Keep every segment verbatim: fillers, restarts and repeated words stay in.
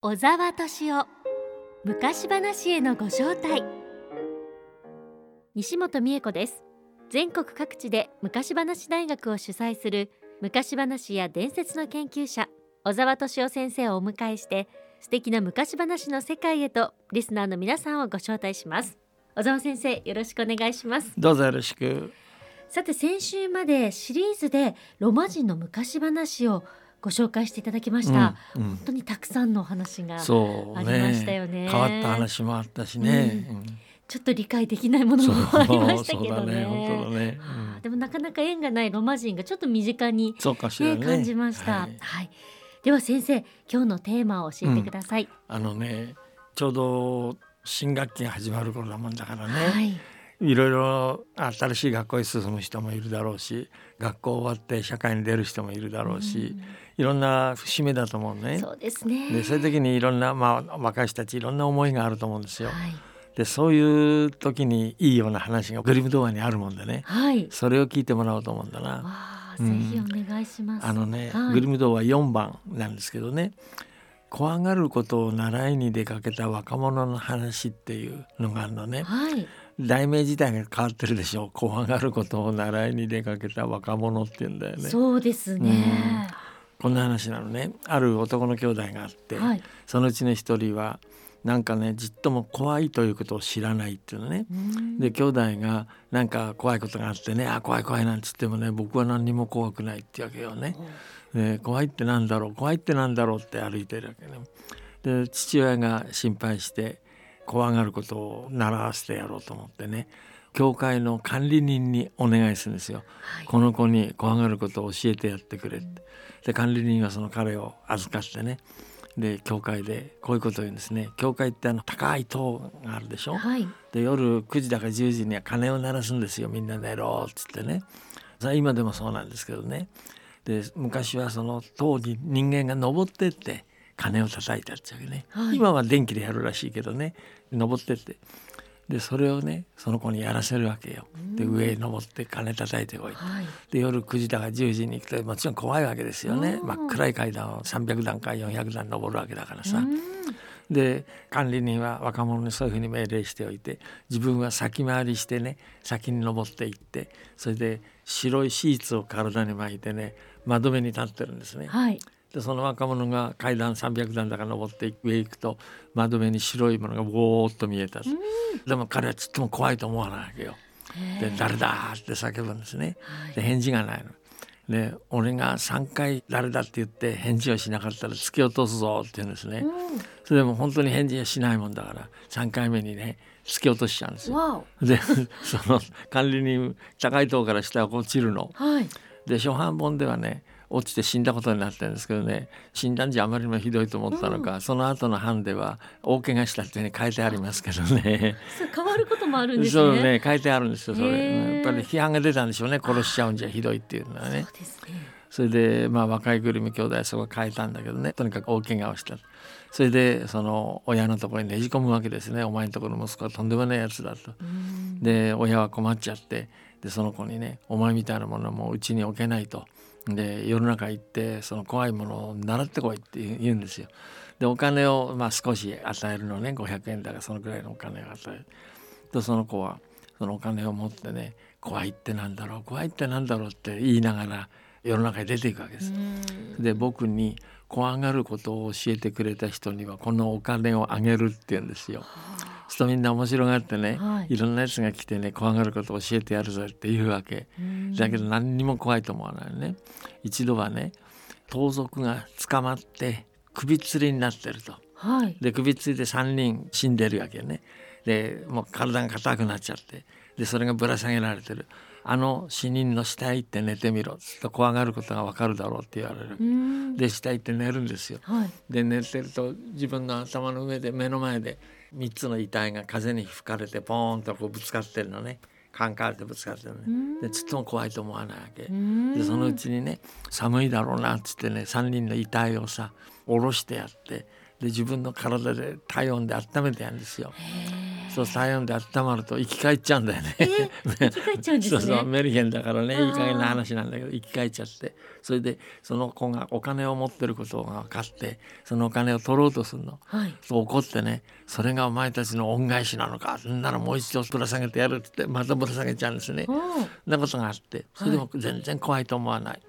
小沢敏夫昔話へのご招待。西本美恵子です。全国各地で昔話大学を主催する昔話や伝説の研究者小沢敏夫先生をお迎えして、素敵な昔話の世界へとリスナーの皆さんをご招待します。小沢先生、よろしくお願いします。 どうぞよろしく。 さて、先週までシリーズでロマ人の昔話をご紹介していただきました、うんうん、本当にたくさんのお話がありましたよ ね, ね変わった話もあったしね、うんうん、 ちょっと理解できないものもありましたけど ね, ね, 本当だね、 うん、でもなかなか縁がないロマ人がちょっと身近に、 そうかしらね、 感じました、はいはい、では先生、今日のテーマを教えてください、うん、 あのね、ちょうど新学期が始まる頃なもんだからね、はい、いろいろ新しい学校へ進む人もいるだろうし、学校終わって社会に出る人もいるだろうし、うん、いろんな節目だと思うね。 そうですね。 でそういう時にいろんな、まあ、若い人たちいろんな思いがあると思うんですよ、はい、でそういう時にいいような話がグリム童話にあるもんでね、はい、それを聞いてもらおうと思うんだな。 わ、うん、ぜひお願いします。 あのね、 はい、 グリム童話よんばんなんですけどね、怖がることを習いに出かけた若者の話っていうのがあるのね、はい、題名自体が変わってるでしょ。怖がることを習いに出かけた若者っていうんだよね。 そうですね、うん、 こんな話なのね。ある男の兄弟があって、はい、そのうちの一人はなんかね、じっとも怖いということを知らないっていうのね。で兄弟がなんか怖いことがあってね、あ怖い怖いなんつってもね、僕は何にも怖くないってわけよね。で怖いってなんだろう怖いってなんだろうって歩いてるわけね。で父親が心配して怖がることを習わせてやろうと思ってね、教会の管理人にお願いするんですよ、はい、この子に怖がることを教えてやってくれって。で管理人はその彼を預かってね、で教会でこういうことを言うんですね。教会ってあの高い塔があるでしょ、はい、で夜くじだかじゅうじには鐘を鳴らすんですよ。みんな寝ろっつってね。今でもそうなんですけどね。で昔はその塔に人間が登ってって鐘を叩いたってわけね、はい、今は電気でやるらしいけどね、登ってってでそれをねその子にやらせるわけよ。で上へ登って鐘叩いてこい、はい、で夜くじだかじゅうじに行くともちろん怖いわけですよね。真っ暗い階段をさんびゃくだんかよんひゃくだん登るわけだからさ。で管理人は若者にそういうふうに命令しておいて、自分は先回りしてね先に登っていって、それで白いシーツを体に巻いてね窓辺に立ってるんですね、はい、でその若者が階段さんびゃくだんだか登って上行くと窓辺に白いものがぼーっと見えた。でも彼はちっとも怖いと思わないわけよ。で誰だって叫ぶんですね。で返事がないので、俺がさんかい誰だって言って返事をしなかったら突き落とすぞって言うんですね、うん、それでも本当に返事はしないもんだからさんかいめにね突き落としちゃうんですよ。でその管理人高い塔から下を落ちるの、はい、で初版本ではね落ちて死んだことになってるんですけどね、死んだんじゃあまりにもひどいと思ったのか、うん、その後の版では大怪我したってね書いてありますけどね。 変わることもあるんですね。 そうね、書いてあるんですよそれ。やっぱり批判が出たんでしょうね。殺しちゃうんじゃひどいっていうのはね。そうですね。それでまあ若いぐるみ兄弟はそこ書いたんだけどね、とにかく大怪我をした。それでその親のところにねじ込むわけですね。お前のところの息子はとんでもないやつだと。で親は困っちゃって、でその子にね、お前みたいなものはもううちに置けないと。で世の中行ってその怖いものを習ってこいって言うんですよ。でお金をまあ少し与えるのね、ごひゃくえんだかそのくらいのお金を与えると、その子はそのお金を持ってね、怖いってなんだろう怖いってなんだろうって言いながら世の中に出ていくわけです。で僕に怖がることを教えてくれた人にはこのお金をあげるって言うんですよ。そうみんな面白がってね、はい、いろんなやつが来てね怖がることを教えてやるぞって言うわけだけど、何にも怖いと思わないね。一度はね盗賊が捕まって首吊りになってると、はい、で首吊りでさんにん死んでるわけね。でもう体が硬くなっちゃって、でそれがぶら下げられてる。あの死人の死体行って寝てみろと怖がることが分かるだろうって言われる。で死体行って寝るんですよ、はい、で寝てると自分の頭の上で目の前でみっつの遺体が風に吹かれてポーンとこうぶつかってるのね。カンカンってぶつかってるのね。でちっとも怖いと思わないわけで、そのうちにね寒いだろうなっつってねさんにんの遺体をさ下ろしてやって、で自分の体で体温で温めてやるんですよ。 そう体温で温まると生き返っちゃうんだよね。 えー、生き返っちゃうんですね。 そうそうメルヘンだからねいい加減な話なんだけど生き返っちゃって、それでその子がお金を持ってることが分かってそのお金を取ろうとするの、 はい、 そう怒ってね、それがお前たちの恩返しなのか、そんならもう一度ぶら下げてやるって言ってまたぶら下げちゃうんですね。そんなことがあってそれでも全然怖いと思わない、はい、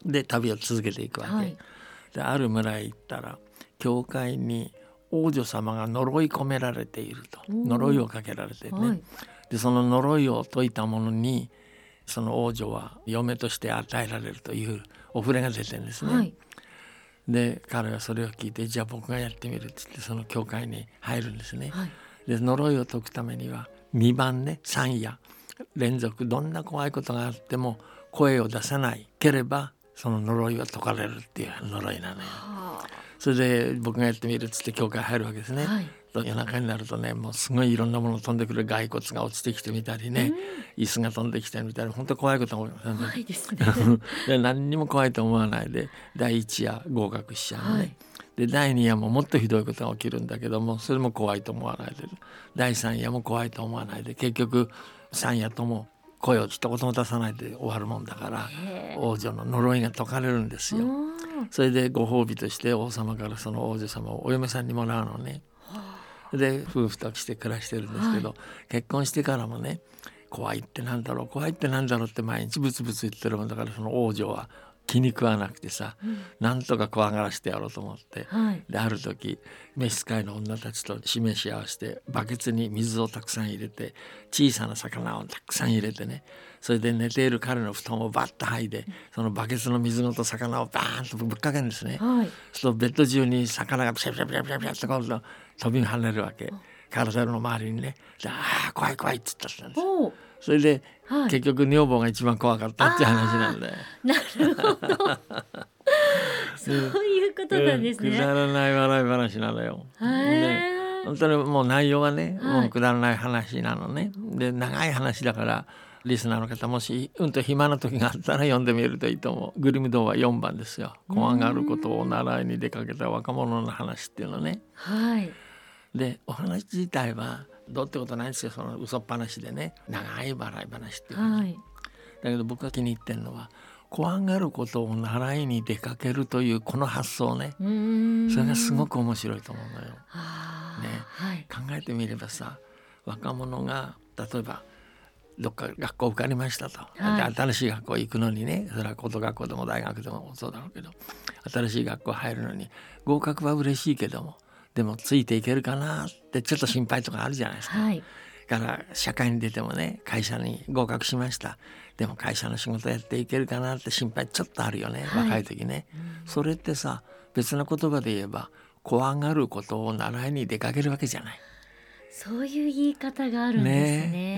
で旅を続けていくわけ、はい、である村へ行ったら教会に王女様が呪い込められていると、呪いをかけられてね、はい、でその呪いを解いたものにその王女は嫁として与えられるというお触れが出てるんですね、はい、で彼はそれを聞いてじゃあ僕がやってみるって言ってその教会に入るんですね、はい、で呪いを解くためにはにばんねさん夜連続どんな怖いことがあっても声を出さないければその呪いは解かれるっていう呪いなのよ。それで僕がやってみるっつって教会入るわけですね、はい、夜中になるとねもうすごいいろんなもの飛んでくる骸骨が落ちてきてみたりね、うん、椅子が飛んできてみたり本当怖いことが怖いですねで何にも怖いと思わないでだいいち夜合格しちゃうのね、はい、でだいに夜ももっとひどいことが起きるんだけどもそれも怖いと思わないでだいさん夜も怖いと思わないで結局さん夜とも声を一言も出さないで終わるもんだから王女の呪いが解かれるんですよ。それでご褒美として王様からその王女様をお嫁さんにもらうのね。で夫婦として暮らしてるんですけど、はい、結婚してからもね怖いってなんだろう怖いってなんだろうって毎日ブツブツ言ってるもんだからその王女は気に食わなくてさ、うん、なんとか怖がらせてやろうと思って、はい、である時召使いの女たちと示し合わせてバケツに水をたくさん入れて小さな魚をたくさん入れてねそれで寝ている彼の布団をバッと剥いでそのバケツの水ごと魚をバーンとぶっかけるんですね、はい、そうするとベッド中に魚がピシャピシャピシャピシャピシャってこう飛び跳ねるわけ、体の周りにねでああ怖い怖いっつったんです。それで、はい、結局女房が一番怖かったって話なんだよ。 なるほどそういうことなんですね。 くだらない笑い話なのよ。で本当にもう内容はね、はい、もうくだらない話なのね。で長い話だからリスナーの方もしうんと暇な時があったら読んでみるといいと思う。グリム童話よんばんですよ。怖がることを習いに出かけた若者の話っていうのね、はい、でお話自体はどうってことないですよ。その嘘っ話でね長い笑い話っていうの、はい、だけど僕が気に入ってるのは怖がることを習いに出かけるというこの発想ね、うーんそれがすごく面白いと思うのよ、ねはい、考えてみればさ若者が例えばどっか学校受かりましたと、はい、新しい学校行くのにねそれは高等学校でも大学でもそうだろうけど新しい学校入るのに合格は嬉しいけどもでもついていけるかなってちょっと心配とかあるじゃないですか、はい、だから社会に出てもね会社に合格しましたでも会社の仕事やっていけるかなって心配ちょっとあるよね、はい、若い時ね、うん、それってさ別な言葉で言えば怖がることを習いに出かけるわけじゃない。 そういう言い方があるんですね、 ね、うん、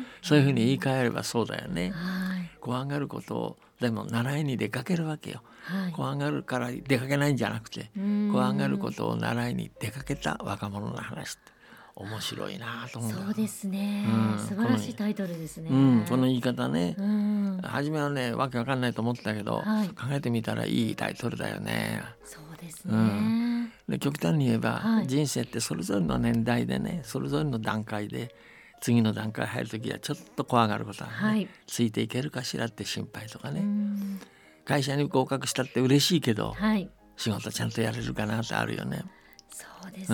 そういうふうに言い換えればそうだよね、はい、怖がることをでも習いに出かけるわけよ、はい、怖がるから出かけないんじゃなくて怖がることを習いに出かけた若者の話って面白いなと思うんだ。 そうですね、うん、素晴らしいタイトルですね、 うん、この言い方ね、うん、初めはねわけわかんないと思ったけど、はい、考えてみたらいいタイトルだよね。 そうですね、 うん、で極端に言えば、はい、人生ってそれぞれの年代でねそれぞれの段階で次の段階入るときはちょっと怖がることはね、はい、ついていけるかしらって心配とかね、会社に合格したって嬉しいけど、はい、仕事ちゃんとやれるかなってあるよね。 そうです、 うん、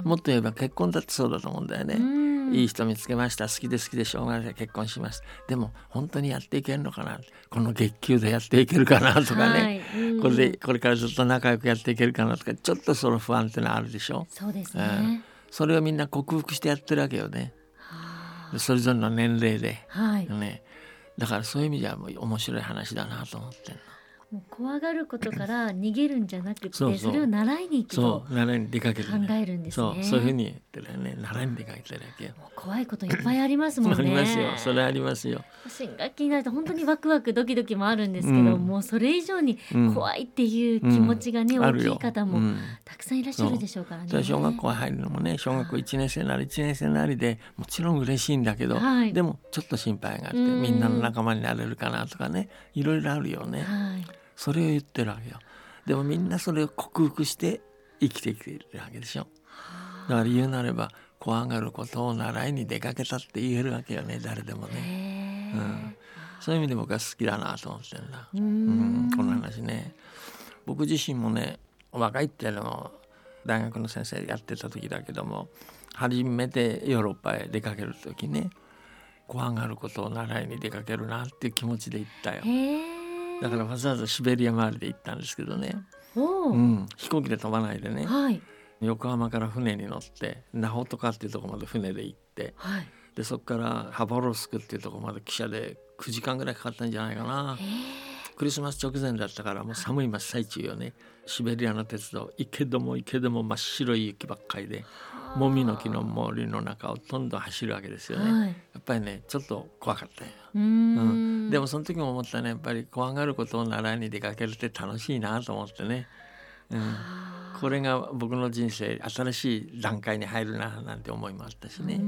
もっと言えば結婚だってそうだと思うんだよね。いい人見つけました好きで好きでしょうがない結婚しますでも本当にやっていけるのかなこの月給でやっていけるかなとかね、はい、これでこれからずっと仲良くやっていけるかなとかちょっとその不安ってのはあるでしょ。 そうですね、うん、 それをみんな克服してやってるわけよね。それぞれの年齢で、はいね、だからそういう意味ではもう面白い話だなと思ってんの。 もう怖がることから逃げるんじゃなくてそうそうそれを習いに行くとそう習いに出かける、 ね、考えるんですね。 そう、そういうふうに言ってるよね。習いに出かけてるわけよ。 もう怖いこといっぱいありますもんね。 ありますよそれありますよ。 新学期になると本当にワクワクドキドキもあるんですけど、うん、もうそれ以上に怖いっていう気持ちがね、うん、大きい方もたくさんいらっしゃるでしょうからね。 小学校入るのもね小学校いちねん生なりいちねん生なりでもちろん嬉しいんだけど、はい、でもちょっと心配があってみんなの仲間になれるかなとかねいろいろあるよね、はい、それを言ってるわけよ。でもみんなそれを克服して生きてきているわけでしょ。 だから言うなれば怖がることを習いに出かけたって言えるわけよね、誰でもね、うん、そういう意味で僕は好きだなと思ってるんだ。うん、この話ね。僕自身もね、若いっていうのも大学の先生やってた時だけども、初めてヨーロッパへ出かける時ね、怖がることを習いに出かけるなっていう気持ちで行ったよ。だからわざわざシベリア周りで行ったんですけどね、うん、飛行機で飛ばないでね、はい、横浜から船に乗ってナホトカっていうところまで船で行って、はい、でそこからハバロフスクっていうところまで汽車でくじかんぐらいかかったんじゃないかな。クリスマス直前だったからもう寒い真っ最中よね。シベリアの鉄道、行けども行けども真っ白い雪ばっかりで、もみの木の森の中をどんどん走るわけですよね、はい、やっぱりねちょっと怖かったよ。うーん、うん、でもその時も思ったね、やっぱり怖がることを習いに出かけるって楽しいなと思ってね、うん、これが僕の人生新しい段階に入るななんて思いもあったしね、うん、うん、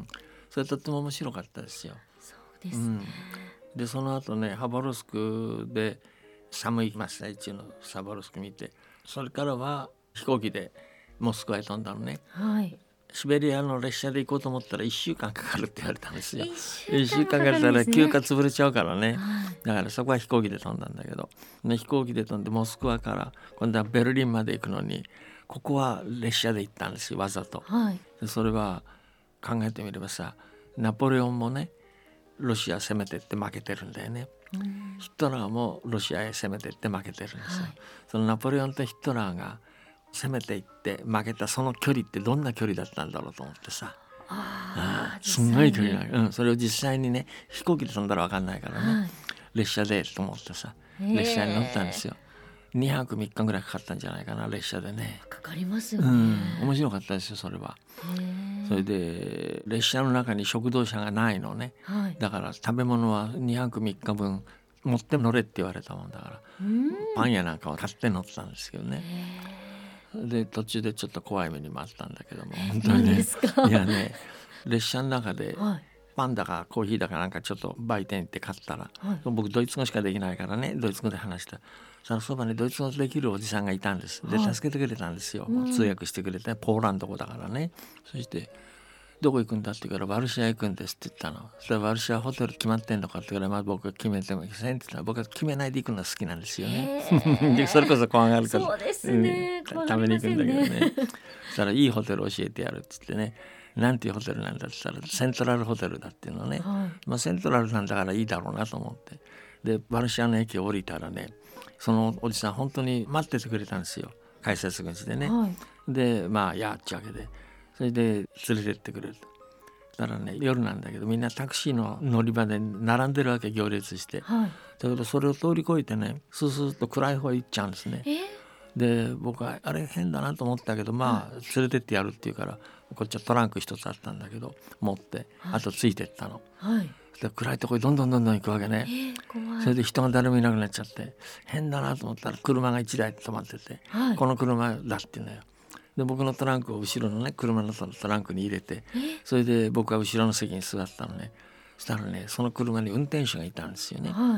それとっても面白かったですよ。 そうですね、うん、 でその後ねハバロフスクで寒い真っ最中のハバロフスク見て、それからは飛行機でモスクワへ飛んだのね、はい、シベリアの列車で行こうと思ったらいっしゅうかんかかるって言われたんですよ。いっしゅうかんかかったら休暇潰れちゃうからね、はい、だからそこは飛行機で飛んだんだけど、ね、飛行機で飛んでモスクワから今度はベルリンまで行くのに、ここは列車で行ったんですよ、わざと、はい、でそれは考えてみればさ、ナポレオンもねロシア攻めてって負けてるんだよね、うん、ヒトラーもロシアへ攻めてって負けてるんですよ、はい、そのナポレオンとヒトラーが攻めていって負けたその距離ってどんな距離だったんだろうと思ってさ、ああすんごい距離な、うん、それを実際にね飛行機で飛んだら分かんないからね、はい、列車でと思ってさ列車に乗ったんですよ。にはくみっかぐらいかかったんじゃないかな、列車でね。 かかりますよね、 うん、面白かったですよそれは。それで列車の中に食堂車がないのね、はい、だから食べ物はにはくみっかぶん持って乗れって言われたもんだから、パンやなんかを買って乗ったんですけどね。で途中でちょっと怖い目にもあったんだけども、本当にね、いやね列車の中でパンだかコーヒーだかなんかちょっと売店行って買ったら、はい、僕ドイツ語しかできないからねドイツ語で話した。そのそばにドイツ語できるおじさんがいたんです。で助けてくれたんですよ、はい、通訳してくれて、ポーランド語だからね。そしてどこ行くんだって言うからワルシア行くんですって言ったの。それはワルシアホテル決まってんのかって言うから、まあ、僕は決めてもいませんって言ったら、僕は決めないで行くのが好きなんですよねでそれこそ怖がるからそうですね、 うん、食べに行くんだけどねそしたらいいホテル教えてやるって言ってね、なんていうホテルなんだって言ったらセントラルホテルだっていうのね、はい、まあ、セントラルなんだからいいだろうなと思って、でワルシアの駅を降りたらね、そのおじさん本当に待っててくれたんですよ、改札口でね、はい、でまあやっちゃうわけで、それで連れてってくれる。だからね夜なんだけどみんなタクシーの乗り場で並んでるわけ、行列して、はい、だけどそれを通り越えてねスースーッと暗い方へ行っちゃうんですね。で僕はあれ変だなと思ったけど、まあ連れてってやるっていうから、こっちはトランク一つあったんだけど持ってあとついてったの、はい、で暗いところにどんどんどんどん行くわけね、えー、怖い。それで人が誰もいなくなっちゃって変だなと思ったら車がいちだい止まってて、はい、この車だって言うんだよ。で僕のトランクを後ろのね車のトランクに入れて、それで僕は後ろの席に座ったのね。そしたらねその車に運転手がいたんですよね、はい、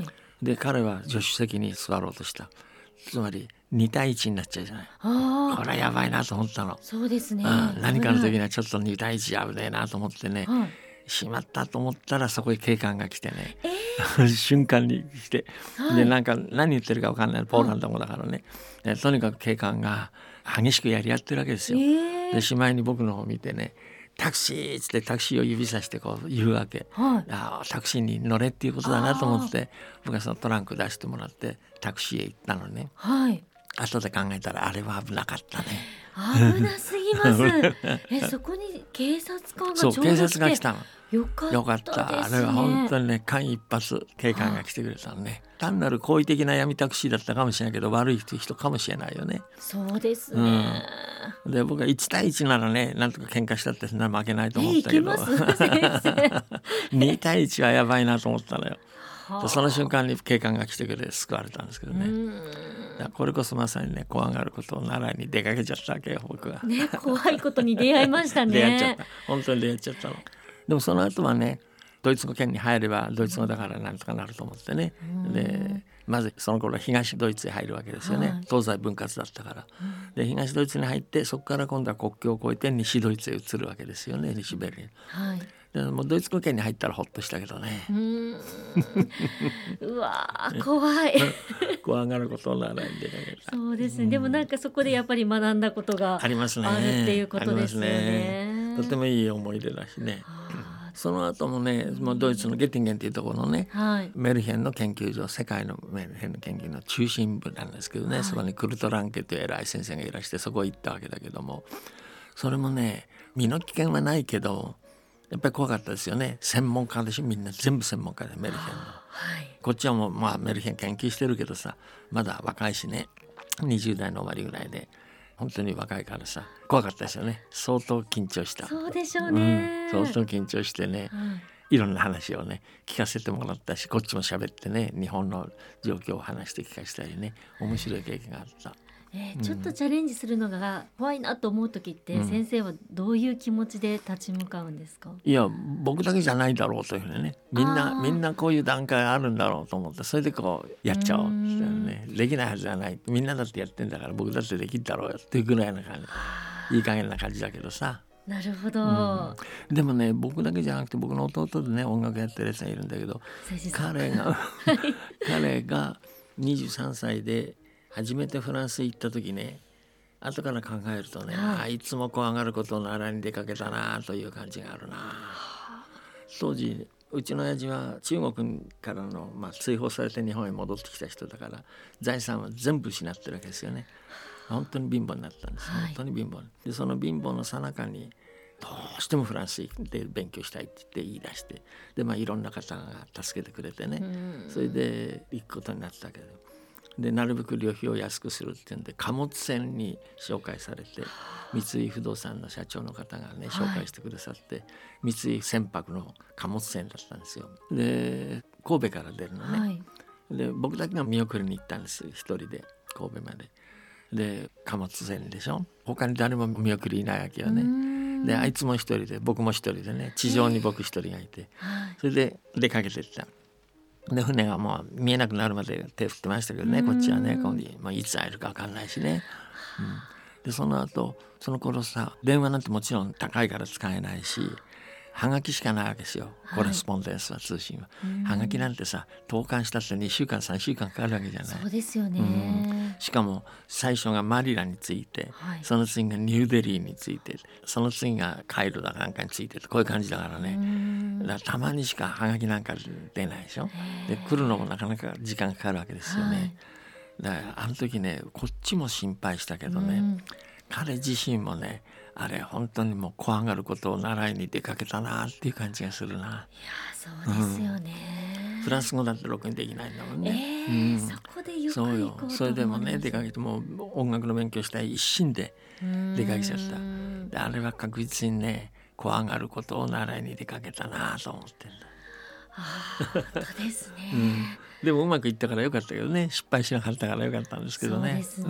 で彼は助手席に座ろうとした。つまりにたいいちになっちゃうじゃない。これはやばいなと思ったの。 そうですね、 うん、何かの時にはちょっとにたいいち危ねえなと思ってね、はい、しまったと思ったらそこへ警官が来てね、えー、瞬間に来て、はい、でなんか何言ってるか分かんない、ポーランド語だからね、はい、とにかく警官が激しくやり合ってるわけですよ、えー、でしまいに僕の方を見てね、タクシーっつってタクシーを指さしてこう言うわけ、はい、あタクシーに乗れっていうことだなと思って僕はそのトランク出してもらってタクシーへ行ったのね、はい、後で考えたらあれは危なかったね。 危なすぎますえそこに警察官がちょうど来て、そう警察が来たの。 よかったですね。 よかった。あれは本当にね間一髪警官が来てくれたのね。単なる好意的な闇タクシーだったかもしれないけど悪い人かもしれないよね。 そうですね、 うん、で僕はいちたいいちならねなんとか喧嘩したってそんな負けないと思ったけど、えー、にたいいちはやばいなと思ったのよ。でその瞬間に警官が来てくれて救われたんですけどね。うんこれこそまさにね怖がることを習いに出かけちゃったわけよ僕は、 ね、怖いことに出会いましたね出会っちゃった、本当に出会っちゃったの。でもその後はねドイツ語圏に入ればドイツ語だからなんとかなると思ってね、でまずその頃は東ドイツへ入るわけですよね、はい、東西分割だったから、で東ドイツに入ってそこから今度は国境を越えて西ドイツへ移るわけですよね、西ベルリン、はい、でもうドイツ語圏に入ったらほっとしたけどね、うーんうわ怖い怖がることを習いんでね。 そうですね、うん、でもなんかそこでやっぱり学んだことがあるっていうことですよね。 とてもいい思い出だしね。その後もね、もうドイツのゲティンゲンというところのね、はい、メルヘンの研究所、世界のメルヘンの研究の中心部なんですけどね、はい、そこにクルト・ランケという偉い先生がいらしてそこへ行ったわけだけども、それもね身の危険はないけどやっぱり怖かったですよね。専門家でしょ、みんな全部専門家でメルヘンの、はい、こっちはもうまあメルヘン研究してるけどさ、まだ若いしね、にじゅう代の終わりぐらいで本当に若いからさ怖かったですよね。相当緊張した。 そうでしょうね、 うん、相当緊張してね、はい、いろんな話をね聞かせてもらったし、こっちも喋ってね日本の状況を話して聞かせたりね、面白い経験があった。 えー、ちょっとチャレンジするのが怖いなと思う時って、うん、先生はどういう気持ちで立ち向かうんですか？ いや僕だけじゃないだろうというふうにね、みんなみんなこういう段階あるんだろうと思って、それでこうやっちゃおうってね、できないはずじゃない、みんなだってやってんだから僕だってできるだろうよっていうぐらいな感じ、いい加減な感じだけどさ。 なるほど、 うん、でもね僕だけじゃなくて僕の弟でね音楽やってるやつがいるんだけど、彼が彼がにじゅうさんさいで初めてフランス行った時ね、後から考えるとね、はい、あいつも怖がることを習いに出かけたなという感じがあるな。当時うちの親父は中国からの、まあ、追放されて日本へ戻ってきた人だから財産は全部失ってるわけですよね。本当に貧乏になったんです、はい、本当に貧乏で、その貧乏の最中にどうしてもフランス行って勉強したいって言って言い出して、で、まあ、いろんな方が助けてくれてね、それで行くことになったけど、でなるべく旅費を安くするっていうんで貨物船に紹介されて、三井不動産の社長の方がね紹介してくださって、はい、三井船舶の貨物船だったんですよ。で神戸から出るのね、はい、で僕だけが見送りに行ったんです一人で神戸まで。で貨物船でしょ、他に誰も見送りいないわけよね。であいつも一人で僕も一人でね、地上に僕一人がいて、それで出かけてった。で船がもう見えなくなるまで手振ってましたけどね、こっちはね、今度、まあ、いつ会えるか分かんないしね、うん、でその後その頃さ電話なんてもちろん高いから使えないし、はがきしかないわけですよ、はい、コレスポンデンスは通信は。はがきなんてさ投函したってにしゅうかんさんしゅうかんかかるわけじゃない。 そうですよね、 うん、しかも最初がマニラについて、はい、その次がニューデリーについて、その次がカイロだなんかについて、こういう感じだからね、だからたまにしかはがきなんか出ないでしょ。で来るのもなかなか時間かかるわけですよね、はい、だからあの時ねこっちも心配したけどね、彼自身もねあれ本当にもう怖がることを習いに出かけたなっていう感じがするな。いやそうですよね、 うん、フランス語だってろくにできないんだもんね、 えーうん、そこでゆっくり行こうと思います。 そうよ、それでもね出かけても音楽の勉強したい一心で出かけちゃった。であれは確実にね怖がることを習いに出かけたなと思ってんだ。 あ本当ですね、 うん、でもうまくいったからよかったけどね、失敗しなかったからよかったんですけどね。 そうですね、うん、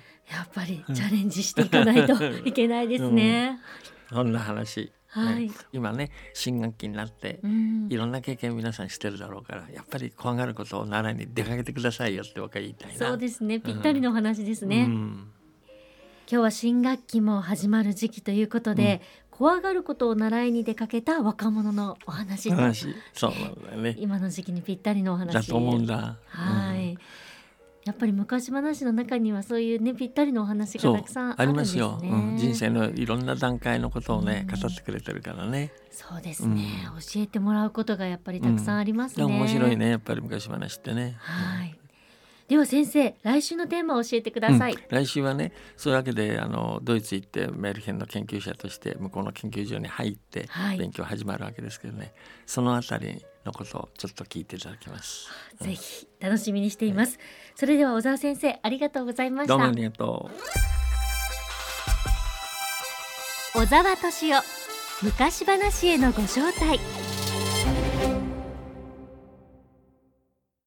やっぱりチャレンジしていかないといけないですね、 うん、そんな話、 はいね、今ね新学期になって、うん、いろんな経験皆さんしてるだろうから、やっぱり怖がることを習いに出かけてくださいよって僕は言いたいな。 そうですね、ぴったりのお話ですね、 うん、 今日は新学期も始まる時期ということで、うん、怖がることを習いに出かけた若者のお話話そうなんだよね、 今の時期にぴったりのお話だと思うんだ、 はい、うん、やっぱり昔話の中にはそういうねぴったりのお話がたくさんあるんですね。 ありますよ、うん、人生のいろんな段階のことをね、うん、語ってくれてるからね。 そうですね、うん、教えてもらうことがやっぱりたくさんありますね、 うん、面白いねやっぱり昔話ってね。 はい、では先生来週のテーマを教えてください、うん、 来週はねそういうわけであのドイツ行ってメルヘンの研究者として向こうの研究所に入って勉強始まるわけですけどね、はい、そのあたりのことをちょっと聞いていただきます。 ぜひ楽しみにしています、はい、それでは小沢先生ありがとうございました。 どうもありがとう。小沢敏夫昔話へのご招待。